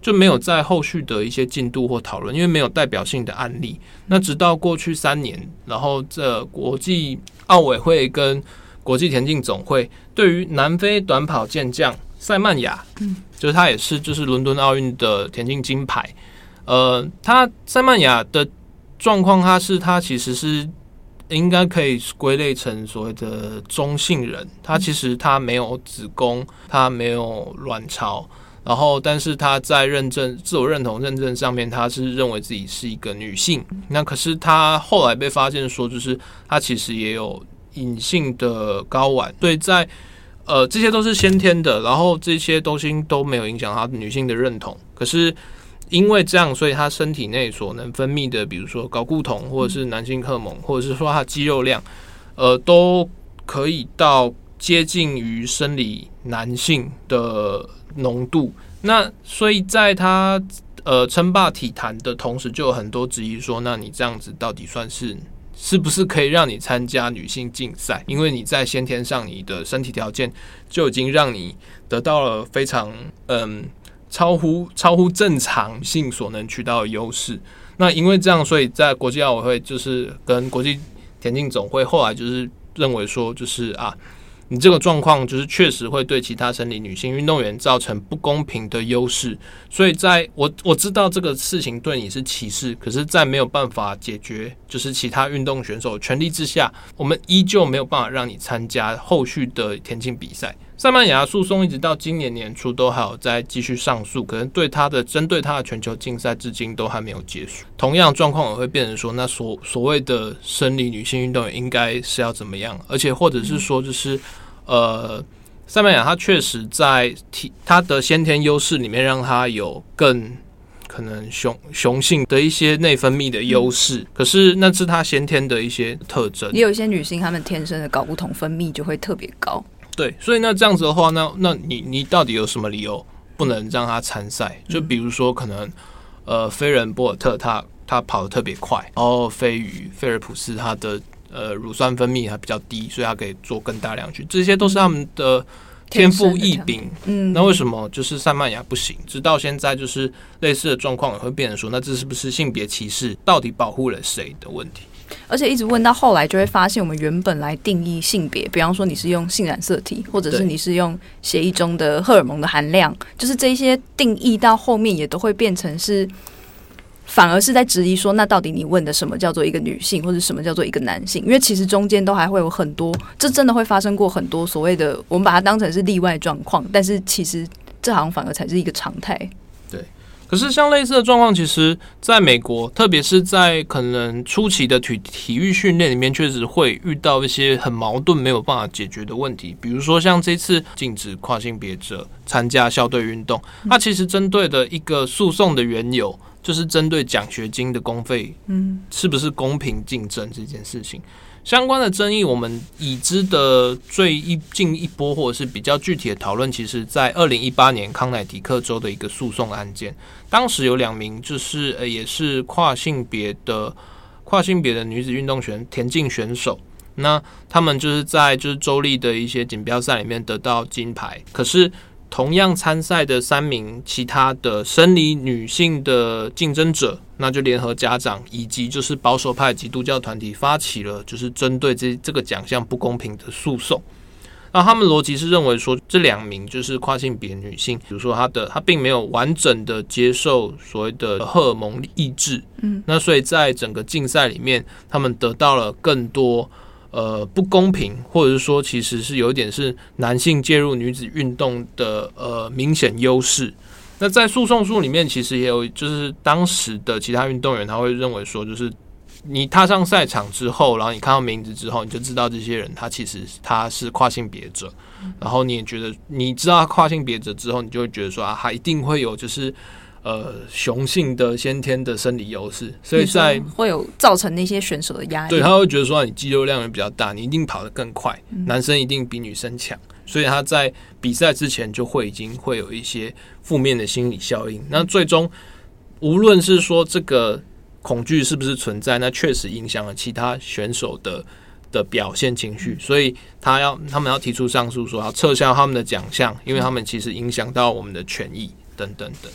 就没有在后续的一些进度或讨论，因为没有代表性的案例。那直到过去3年，然后这国际奥委会跟国际田径总会对于南非短跑健将塞曼雅，就是他也是就是伦敦奥运的田径金牌，他塞曼雅的状况，他其实是应该可以归类成所谓的中性人，他其实他没有子宫，他没有卵巢，然后但是他在自我认同认证上面，他是认为自己是一个女性。那可是他后来被发现说，就是他其实也有隐性的睾丸，所以在这些都是先天的，然后这些东西都没有影响他女性的认同。可是因为这样，所以他身体内所能分泌的，比如说睾固酮或者是男性荷尔蒙，或者是说他肌肉量，都可以到接近于生理男性的浓度。那所以在他称霸体坛的同时，就有很多质疑说，那你这样子到底是不是可以让你参加女性竞赛？因为你在先天上你的身体条件就已经让你得到了非常超乎正常性所能取到的优势。那因为这样，所以在国际奥委会就是跟国际田径总会后来就是认为说，就是你这个状况就是确实会对其他生理女性运动员造成不公平的优势，所以在我知道这个事情对你是歧视，可是在没有办法解决就是其他运动选手的权利之下，我们依旧没有办法让你参加后续的田径比赛。塞曼雅诉讼一直到今年年初都还有在继续上诉，可能针对他的全球竞赛至今都还没有结束。同样状况也会变成说，那所谓的生理女性运动员应该是要怎么样，而且或者是说就是塞曼雅他确实在他的先天优势里面让他有更可能雄性的一些内分泌的优势，可是那是他先天的一些特征。 也有一些女性她们天生的睾固酮分泌就会特别高。 对，所以那这样子的话，那你到底有什么理由不能让他参赛？就比如说可能飞人波尔特他跑得特别快，然后菲尔普斯他的乳酸分泌还比较低，所以他可以做更大量去，这些都是他们的天赋异禀。那为什么就是塞曼雅不行？直到现在就是类似的状况也会变成说，那这是不是性别歧视？到底保护了谁的问题？ 而且一直问到后来，就会发现我们原本来定义性别，比方说你是用性染色体，或者是你是用血液中的荷尔蒙的含量，就是这些定义到后面也都会变成是，反而是在质疑说，那到底你问的什么叫做一个女性，或者什么叫做一个男性？因为其实中间都还会有很多，这真的会发生过很多所谓的，我们把它当成是例外状况，但是其实这好像反而才是一个常态。 对。可是像类似的状况，其实在美国，特别是在可能初期的体育训练里面，确实会遇到一些很矛盾没有办法解决的问题。比如说像这次禁止跨性别者参加校队运动，它其实针对的一个诉讼的缘由，就是针对奖学金的公费是不是公平竞争这件事情。相关的争议，我们已知的最近一波或者是比较具体的讨论，其实在2018年康乃狄克州的一个诉讼案件，当时有2名就是也是跨性别的女子运动田径选手，那他们就是在就是州立的一些锦标赛里面得到金牌，可是同样参赛的3名其他的生理女性的竞争者，那就联合家长以及就是保守派基督教团体发起了就是针对这个奖项不公平的诉讼。那他们逻辑是认为说，这2名就是跨性别女性，比如说她并没有完整的接受所谓的荷尔蒙抑制，那所以在整个竞赛里面，他们得到了更多不公平，或者是说其实是有一点是男性介入女子运动的明显优势。那在诉讼书里面，其实也有就是当时的其他运动员他会认为说，就是你踏上赛场之后，然后你看到名字之后，你就知道这些人他是跨性别者，然后你也觉得你知道他跨性别者之后，你就会觉得说他一定会有就是雄性的先天的生理优势，所以会有造成那些选手的压力。 对，他会觉得说你肌肉量也比较大，你一定跑得更快，男生一定比女生强，所以他在比赛之前就已经会有一些负面的心理效应。那最终无论是说这个恐惧是不是存在，那确实影响了其他选手的表现情绪，所以他们要提出上诉，说要撤销他们的奖项，因为他们其实影响到我们的权益等等等。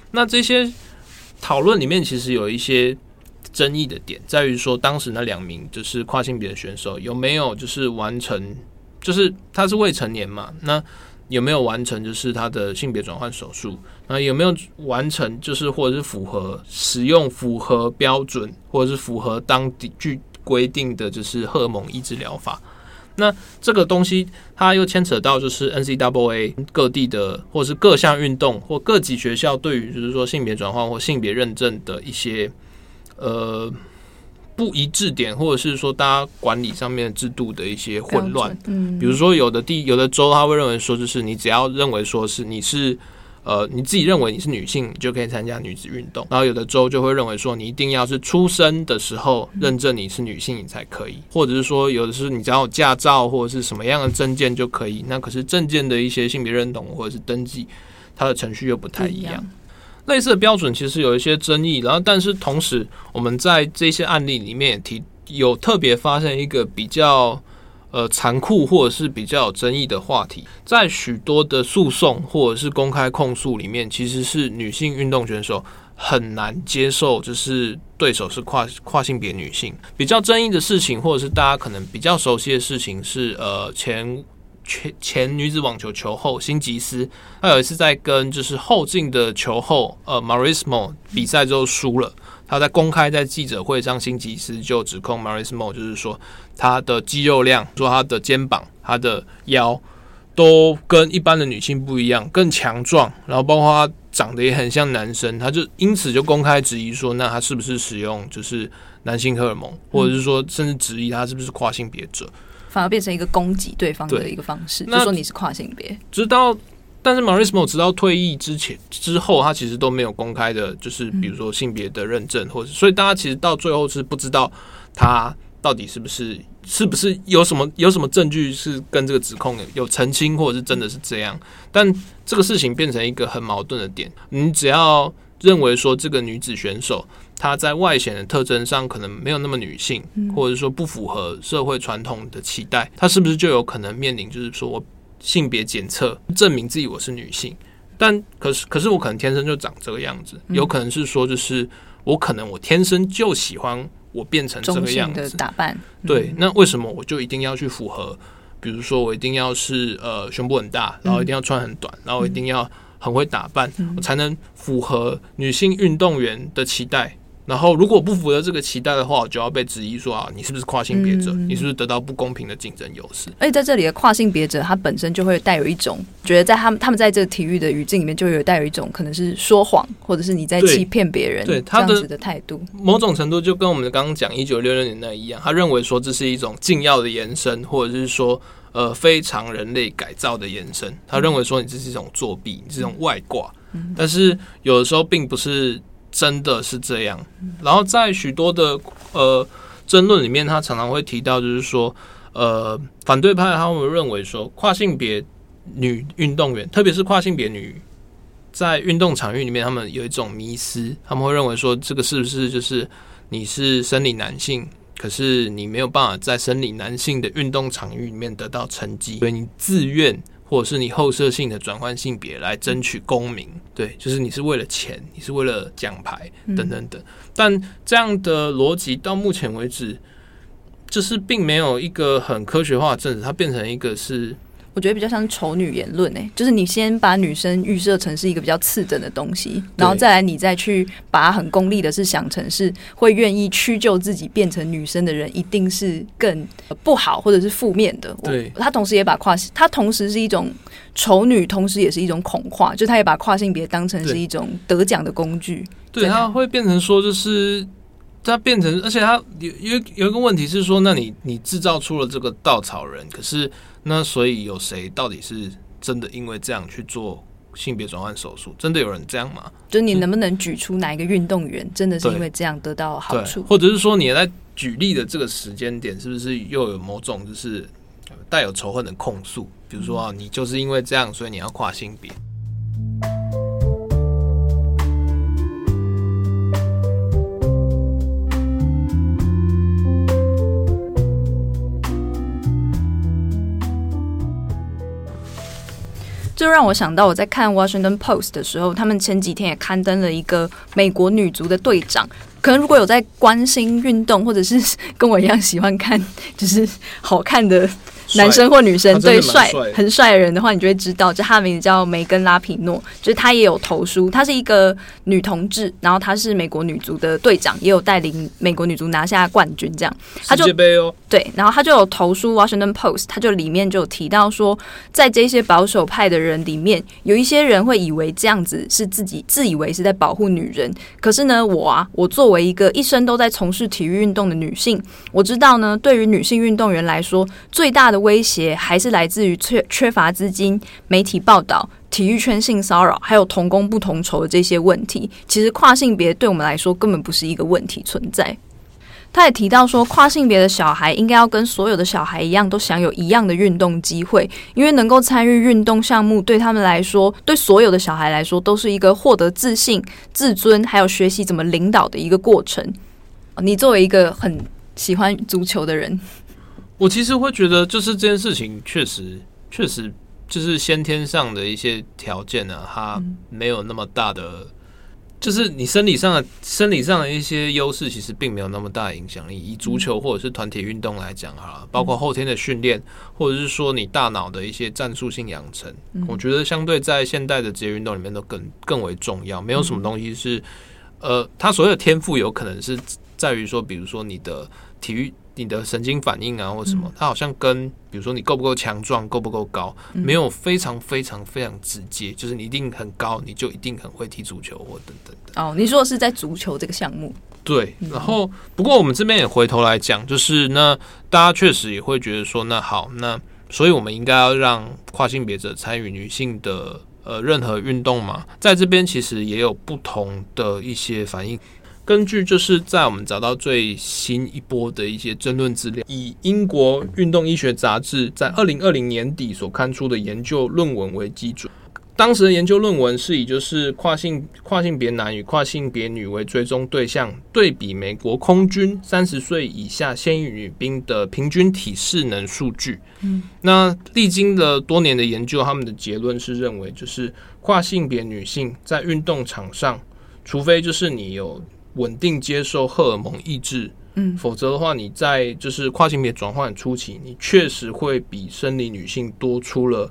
那这些讨论里面其实有一些争议的点，在于说当时那2名就是跨性别的选手有没有就是完成，就是他是未成年嘛，那有没有完成就是他的性别转换手术，那有没有完成就是或者是使用符合标准或者是符合当地规定的就是荷尔蒙抑制疗法。那这个东西它又牵扯到就是 NCAA 各地的或是各项运动或各级学校对于就是说性别转换或性别认证的一些不一致点，或者是说大家管理上面的制度的一些混乱。比如说有的州他会认为说，就是你只要认为说是你是你自己认为你是女性，你就可以参加女子运动。然后有的州就会认为说，你一定要是出生的时候认证你是女性，你才可以。或者是说，有的是你只要有驾照或者是什么样的证件就可以。那可是证件的一些性别认同或者是登记，它的程序又不太一样。类似的标准其实有一些争议，然后但是同时我们在这些案例里面也有特别发现一个比较残酷或者是比较有争议的话题，在许多的诉讼或者是公开控诉里面，其实是女性运动选手很难接受，就是对手是跨性别女性。比较争议的事情，或者是大家可能比较熟悉的事情是前女子网球球后辛吉斯，她有一次在跟就是后进的球后Marismo 比赛之后输了，他在公开在记者会上，辛吉斯就指控 Marismo 就是说他的肌肉量，说他的肩膀、他的腰都跟一般的女性不一样，更强壮，然后包括他长得也很像男生，他就因此就公开质疑说，那他是不是使用就是男性荷尔蒙，或者是说甚至质疑他是不是跨性别者。 反而变成一个攻击对方的一个方式，就说你是跨性别。 但是 Marismo 直到退役之后，他其实都没有公开的，就是比如说性别的认证，或者所以大家其实到最后是不知道他到底是不是有什么证据是跟这个指控有澄清，或者是真的是这样。但这个事情变成一个很矛盾的点，你只要认为说这个女子选手她在外显的特征上可能没有那么女性，或者说不符合社会传统的期待，她是不是就有可能面临就是说我性别检测证明自己我是女性？但可是我可能天生就长这个样子，有可能是说就是我天生就喜欢我变成这个样子中性的打扮。 对，那为什么我就一定要去符合？比如说我一定要是胸部很大，然后一定要穿很短，然后我一定要很会打扮，我才能符合女性运动员的期待。然后如果不符合这个期待的话，我就要被质疑说你是不是跨性别者，你是不是得到不公平的竞争优势。 而且在这里的跨性别者，他本身就会带有一种觉得在他们在这个体育的语境里面，就会带有一种可能是说谎，或者是你在欺骗别人这样子的态度。 某种程度就跟我们刚刚讲1966年代一样，他认为说这是一种禁药的延伸，或者是说非常人类改造的延伸。他认为说你这是一种作弊，你是一种外挂。但是有的时候并不是真的是这样。然后在许多的争论里面，他常常会提到就是说反对派他们认为说跨性别女运动员，特别是跨性别女在运动场域里面，他们有一种迷思，他们会认为说这个是不是就是你是生理男性，可是你没有办法在生理男性的运动场域里面得到成绩，所以你自愿或者是你后设性的转换性别来争取公民，对，就是你是为了钱，你是为了奖牌等等等。但这样的逻辑到目前为止，就是并没有一个很科学化的证实，它变成一个是。 我觉得比较像是丑女言论就是你先把女生预设成是一个比较次等的东西，然后再来你再去把它很功利的是想成是会愿意屈就自己变成女生的人一定是更不好或者是负面的。 对， 他同时也把他同时是一种丑女，同时也是一种恐跨，就他也把跨性别当成是一种得奖的工具。 对，他会变成说就是它变成，而且它有一个问题是说，那你制造出了这个稻草人，可是那所以有谁到底是真的因为这样去做性别转换手术？真的有人这样吗？ 就是你能不能举出哪一个运动员真的是因为这样得到好处？ 或者是说你在举例的这个时间点，是不是又有某种就是带有仇恨的控诉？比如说你就是因为这样，所以你要跨性别。 就让我想到我在看 Washington Post 的时候，他们前几天也刊登了一个美国女足的队长。可能如果有在关心运动，或者是跟我一样喜欢看就是好看的男生或女生，对很帅的人的话，你就会知道，就他的名字叫梅根拉皮诺，就是他也有投书，他是一个女同志，然后他是美国女足的队长，也有带领美国女足拿下冠军，这样他就世界杯哦， 对，然后他就有投书 Washington Post， 他就里面就有提到说，在这些保守派的人里面，有一些人会以为这样子是自己自以为是在保护女人，可是呢，我作为一个一生都在从事体育运动的女性，我知道呢，对于女性运动员来说，最大的威胁还是来自于缺乏资金、媒体报道、体育圈性骚扰，还有同工不同酬的这些问题。其实跨性别对我们来说根本不是一个问题存在。他也提到说，跨性别的小孩应该要跟所有的小孩一样，都享有一样的运动机会，因为能够参与运动项目，对他们来说，对所有的小孩来说，都是一个获得自信、自尊，还有学习怎么领导的一个过程。你作为一个很喜欢足球的人， 我其实会觉得，就是这件事情确实就是先天上的一些条件呢，它没有那么大的。就是你生理上的一些优势，其实并没有那么大的影响力。以足球或者是团体运动来讲好了，包括后天的训练，或者是说你大脑的一些战术性养成，我觉得相对在现代的职业运动里面都更为重要。没有什么东西是，它所有的天赋有可能是在于说，比如说你的体育。你的神经反应啊，或什么，它好像跟比如说你够不够强壮、够不够高，没有非常非常非常直接，就是你一定很高，你就一定很会踢足球或等等的。 哦，你说的是在足球这个项目？ 对。然后，不过我们这边也回头来讲，就是那大家确实也会觉得说，那好，那所以我们应该要让跨性别者参与女性的任何运动嘛？在这边其实也有不同的一些反应。根据就是在我们找到最新一波的一些争论资料，以英国运动医学杂志在2020年底所刊出的研究论文为基准，当时的研究论文是以就是跨性别男与跨性别女为追踪对象，对比美国空军30岁以下现役女兵的平均体适能数据。那历经了多年的研究，他们的结论是认为，就是跨性别女性在运动场上，除非就是你有稳定接受荷尔蒙抑制，否则的话，你在就是跨性别转换初期，你确实会比生理女性多出了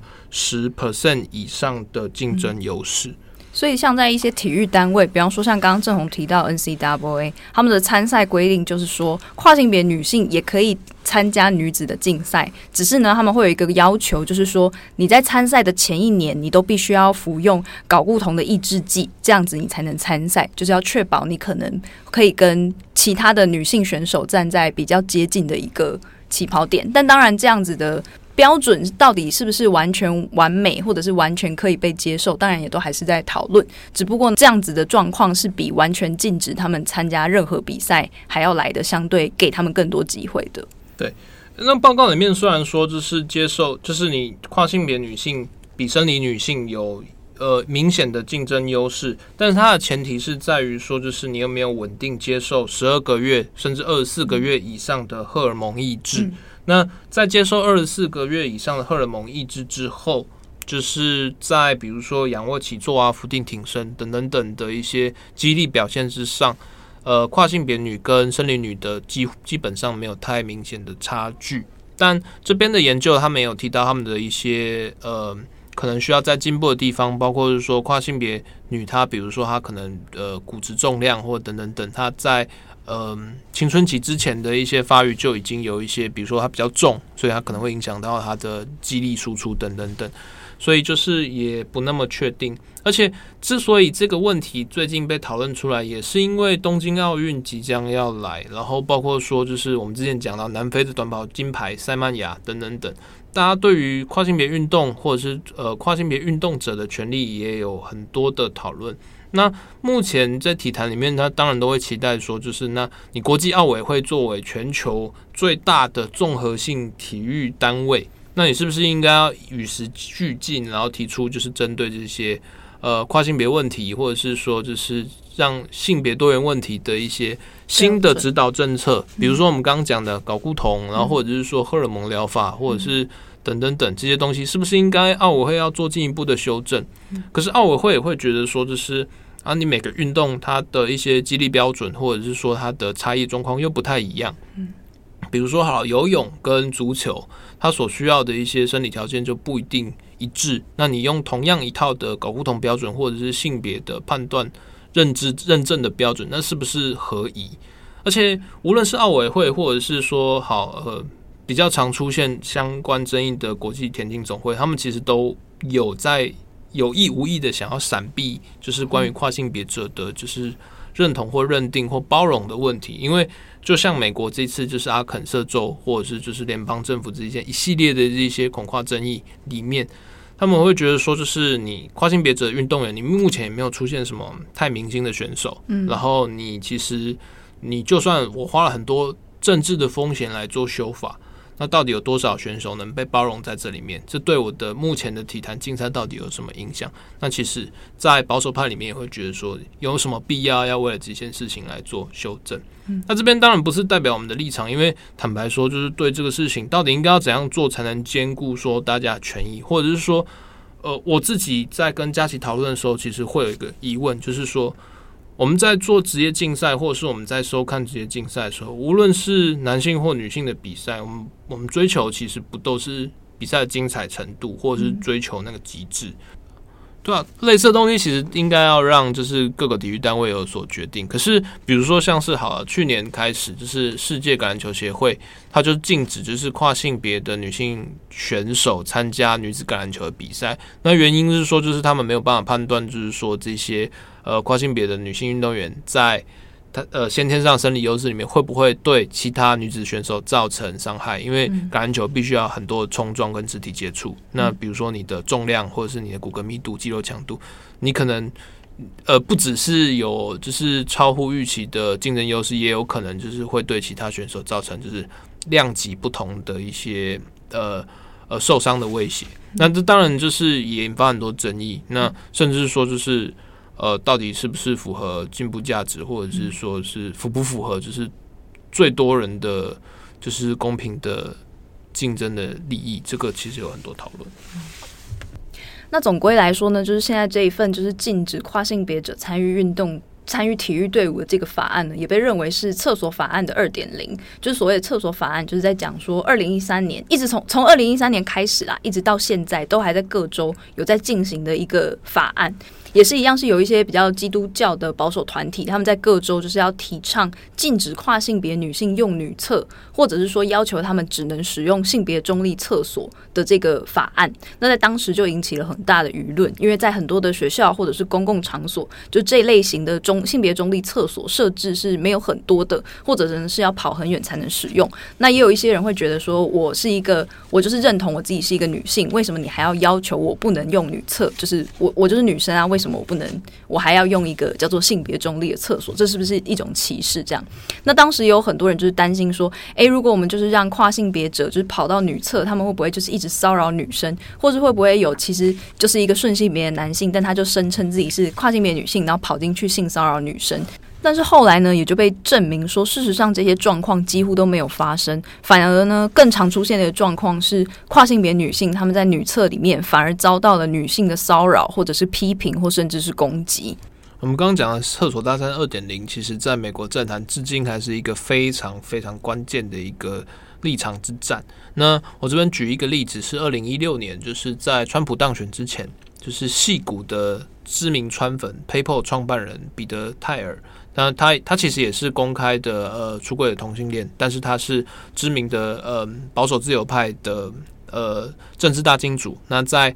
10% 以上的竞争优势。 所以像在一些体育单位，比方说像刚刚郑弘提到 NCAA， 他们的参赛规定就是说，跨性别女性也可以参加女子的竞赛，只是呢他们会有一个要求，就是说你在参赛的前一年，你都必须要服用睾固酮的抑制剂，这样子你才能参赛，就是要确保你可能可以跟其他的女性选手站在比较接近的一个起跑点。但当然这样子的标准到底是不是完全完美，或者是完全可以被接受，当然也都还是在讨论。只不过这样子的状况是比完全禁止他们参加任何比赛还要来的相对给他们更多机会的。 对，那报告里面虽然说就是接受，就是你跨性别女性比生理女性有明显的竞争优势，但是它的前提是在于说，就是你有没有稳定接受12个月甚至24个月以上的荷尔蒙抑制。那在接受24个月以上的荷尔蒙抑制之后，就是在比如说仰卧起坐啊、伏地挺身等等等的一些肌力表现之上，跨性别女跟生理女的基本上没有太明显的差距。但这边的研究他们有提到他们的一些可能需要再进步的地方，包括是说跨性别女她比如说她可能骨质重量或等等等，她在青春期之前的一些发育就已经有一些，比如说它比较重，所以它可能会影响到它的肌力输出等等等，所以就是也不那么确定。而且之所以这个问题最近被讨论出来，也是因为东京奥运即将要来，然后包括说就是我们之前讲到南非的短跑金牌塞曼雅等等等，大家对于跨性别运动或者是跨性别运动者的权利也有很多的讨论。那目前在体坛里面，他当然都会期待说，就是那你国际奥委会作为全球最大的综合性体育单位，那你是不是应该要与时俱进，然后提出就是针对这些跨性别问题，或者是说就是让性别多元问题的一些新的指导政策，比如说我们刚刚讲的睾固酮，然后或者是说荷尔蒙疗法，或者是等等等这些东西，是不是应该奥委会要做进一步的修正？可是奥委会也会觉得说，就是你每个运动它的一些激励标准，或者是说它的差异状况又不太一样。比如说好游泳跟足球，它所需要的一些生理条件就不一定一致。那你用同样一套的睾固酮标准，或者是性别的判断认证的标准，那是不是合宜？而且无论是奥委会，或者是说比较常出现相关争议的国际田径总会，他们其实都有在有意无意的想要闪避，就是关于跨性别者的就是认同或认定或包容的问题。因为就像美国这次就是阿肯色州，或者是就是联邦政府之间一系列的这些恐跨争议里面，他们会觉得说，就是你跨性别者运动员，你目前也没有出现什么太明星的选手，然后你其实你就算我花了很多政治的风险来做修法，那到底有多少选手能被包容在这里面？这对我的目前的体坛竞赛到底有什么影响？那其实在保守派里面也会觉得说，有什么必要要为了这件事情来做修正？那这边当然不是代表我们的立场，因为坦白说，就是对这个事情到底应该要怎样做才能兼顾说大家的权益，或者是说我自己在跟佳琪讨论的时候，其实会有一个疑问，就是说我们在做职业竞赛，或者是我们在收看职业竞赛的时候，无论是男性或女性的比赛，我们追求其实不都是比赛的精彩程度，或者是追求那个极致，对啊，类似的东西其实应该要让就是各个体育单位有所决定。可是比如说像是去年开始，就是世界橄榄球协会，它就禁止就是跨性别的女性选手参加女子橄榄球的比赛。那原因是说，就是他们没有办法判断，就是说这些跨性别的女性运动员在先天上生理优势里面会不会对其他女子选手造成伤害？因为橄榄球必须要很多冲撞跟肢体接触。那比如说你的重量或者是你的骨骼密度、肌肉强度，你可能不只是有就是超乎预期的竞争优势，也有可能就是会对其他选手造成就是量级不同的一些受伤的威胁。那这当然就是也引发很多争议。那甚至说就是到底是不是符合进步价值，或者是说是符不符合就是最多人的就是公平的竞争的利益，这个其实有很多讨论。 那总归来说呢，就是现在这一份就是禁止跨性别者参与体育队伍的这个法案呢，也被认为是厕所法案的 2.0， 就是所谓的厕所法案，就是在讲说2013年一直从2013年开始啦，一直到现在都还在各州有在进行的一个法案。也是一样，是有一些比较基督教的保守团体，他们在各州就是要提倡禁止跨性别女性用女厕，或者是说要求他们只能使用性别中立厕所的这个法案。那在当时就引起了很大的舆论，因为在很多的学校或者是公共场所，就这类型的性别中立厕所设置是没有很多的，或者是要跑很远才能使用。那也有一些人会觉得说，我就是认同我自己是一个女性，为什么你还要要求我不能用女厕？就是我就是女生啊，为什么我还要用一个叫做性别中立的厕所？这是不是一种歧视？这样，那当时也有很多人就是担心说，如果我们就是让跨性别者就是跑到女厕，他们会不会就是一直骚扰女生，或是会不会有其实就是一个顺性别的男性，但他就声称自己是跨性别女性，然后跑进去性骚扰女生？但是后来呢，也就被证明说，事实上这些状况几乎都没有发生，反而呢，更常出现的状况是跨性别女性她们在女厕里面反而遭到了女性的骚扰，或者是批评，或甚至是攻击。 我们刚刚讲的厕所大战 2.0， 其实在美国政坛至今还是一个非常非常关键的一个立场之战。那我这边举一个例子，是2016年，就是在川普当选之前，就是矽谷的知名川粉 PayPal 创办人彼得泰尔，那他其实也是公开的出柜的同性恋，但是他是知名的保守自由派的政治大金主。那在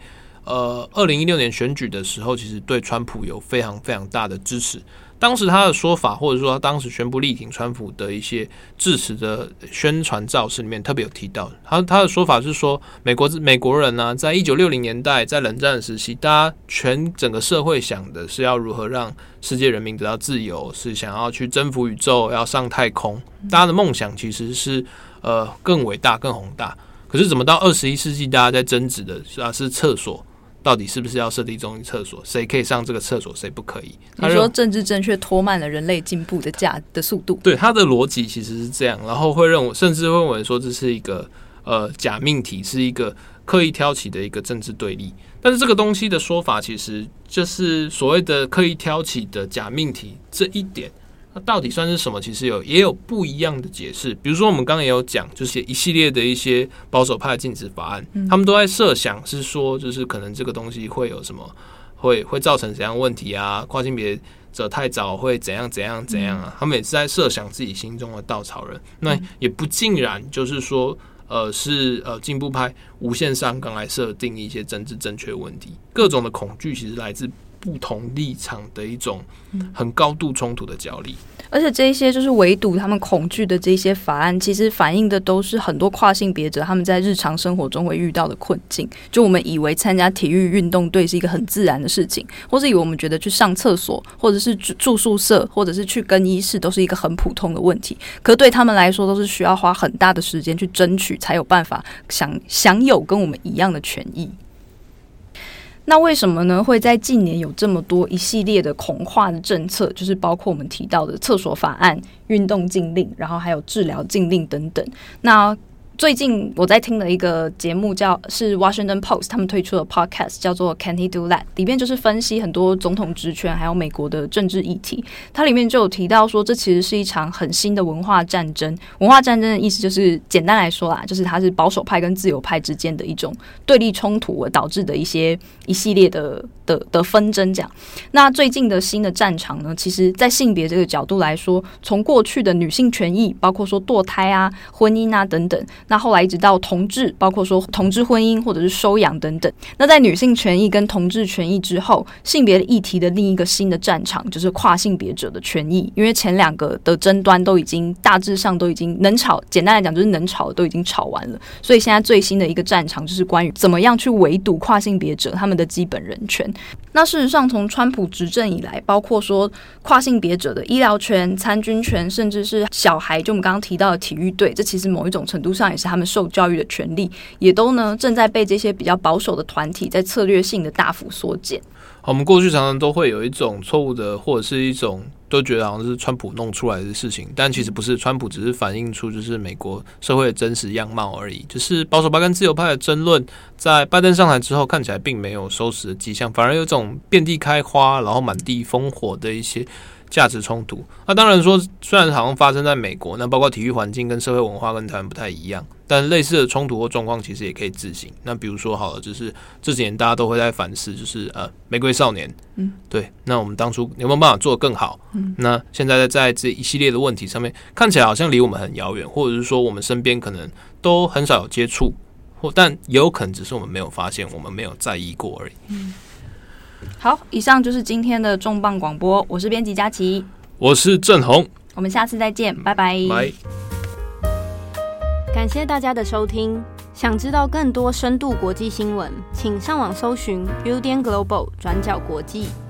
2016年选举的时候，其实对川普有非常非常大的支持。当时他的说法，或者说他当时宣布力挺川普的一些致辞的宣传造势里面特别有提到，他的说法是说，美国人呢，在1960年代，在冷战时期，大家整个社会想的是要如何让世界人民得到自由，是想要去征服宇宙，要上太空，大家的梦想其实是更伟大、更宏大。可是怎么到21世纪，大家在争执的是厕所。到底是不是要设立中立厕所？谁可以上这个厕所，谁不可以？ 你说政治正确拖慢了人类进步的速度？ 对，他的逻辑其实是这样，然后甚至会认为说这是一个假命题是一个刻意挑起的一个政治对立。但是这个东西的说法，其实就是所谓的刻意挑起的假命题这一点，那到底算是什么？其实也有不一样的解释。比如说我们刚刚也有讲，就是一系列的一些保守派的禁止法案，他们都在设想是说，就是可能这个东西会有什么，会造成怎样问题啊？跨性别者太早会怎样啊？他们也是在设想自己心中的稻草人。那也不尽然就是说。是进步派无限上纲来设定一些政治正确问题，各种的恐惧其实来自不同立场的一种很高度冲突的角力。 而且这一些就是围堵他们恐惧的这些法案，其实反映的都是很多跨性别者他们在日常生活中会遇到的困境。就我们以为参加体育运动队是一个很自然的事情，或是以为我们觉得去上厕所，或者是住宿舍，或者是去更衣室都是一个很普通的问题，可对他们来说都是需要花很大的时间去争取，才有办法享有跟我们一样的权益。那为什么呢？会在近年有这么多一系列的恐化的政策，就是包括我们提到的厕所法案、运动禁令，然后还有治疗禁令等等。那最近我在听的一个节目是 Washington Post 他们推出的 podcast 叫做 Can He Do That， 里面就是分析很多总统职权还有美国的政治议题。它里面就有提到说，这其实是一场很新的文化战争。文化战争的意思就是简单来说啦，就是它是保守派跟自由派之间的一种对立冲突而导致的一系列的纷争这样。那最近的新的战场呢，其实在性别这个角度来说，从过去的女性权益，包括说堕胎啊、婚姻啊等等，那后来一直到同志，包括说同志婚姻或者是收养等等。那在女性权益跟同志权益之后，性别的议题的另一个新的战场就是跨性别者的权益。因为前两个的争端都已经大致上都已经能吵，简单来讲就是能吵的都已经吵完了，所以现在最新的一个战场就是关于怎么样去围堵跨性别者他们的基本人权。那事实上从川普执政以来，包括说跨性别者的医疗权、参军权，甚至是小孩，就我们刚刚提到的体育队，这其实某一种程度上也是他们受教育的权利，也都呢正在被这些比较保守的团体在策略性的大幅缩减。 我们过去常常都会有一种错误的，或者是一种都觉得好像是川普弄出来的事情，但其实不是，川普只是反映出就是美国社会的真实样貌而已。就是保守派跟自由派的争论，在拜登上台之后看起来并没有收拾的迹象，反而有种遍地开花，然后满地烽火的一些价值冲突。那当然说，虽然好像发生在美国，那包括体育环境跟社会文化跟台湾不太一样，但类似的冲突或状况其实也可以自省。那比如说好了，就是这几年大家都会在反思，就是玫瑰少年，对，那我们当初有没有办法做得更好？那现在在这一系列的问题上面，看起来好像离我们很遥远，或者是说我们身边可能都很少有接触，但也有可能只是我们没有发现，我们没有在意过而已。 好，以上就是今天的重磅广播，我是编辑佳琪， 我是郑宏， 我们下次再见，拜拜。 感谢大家的收听。想知道更多深度国际新闻，请上网搜寻 UDN Global 转角国际。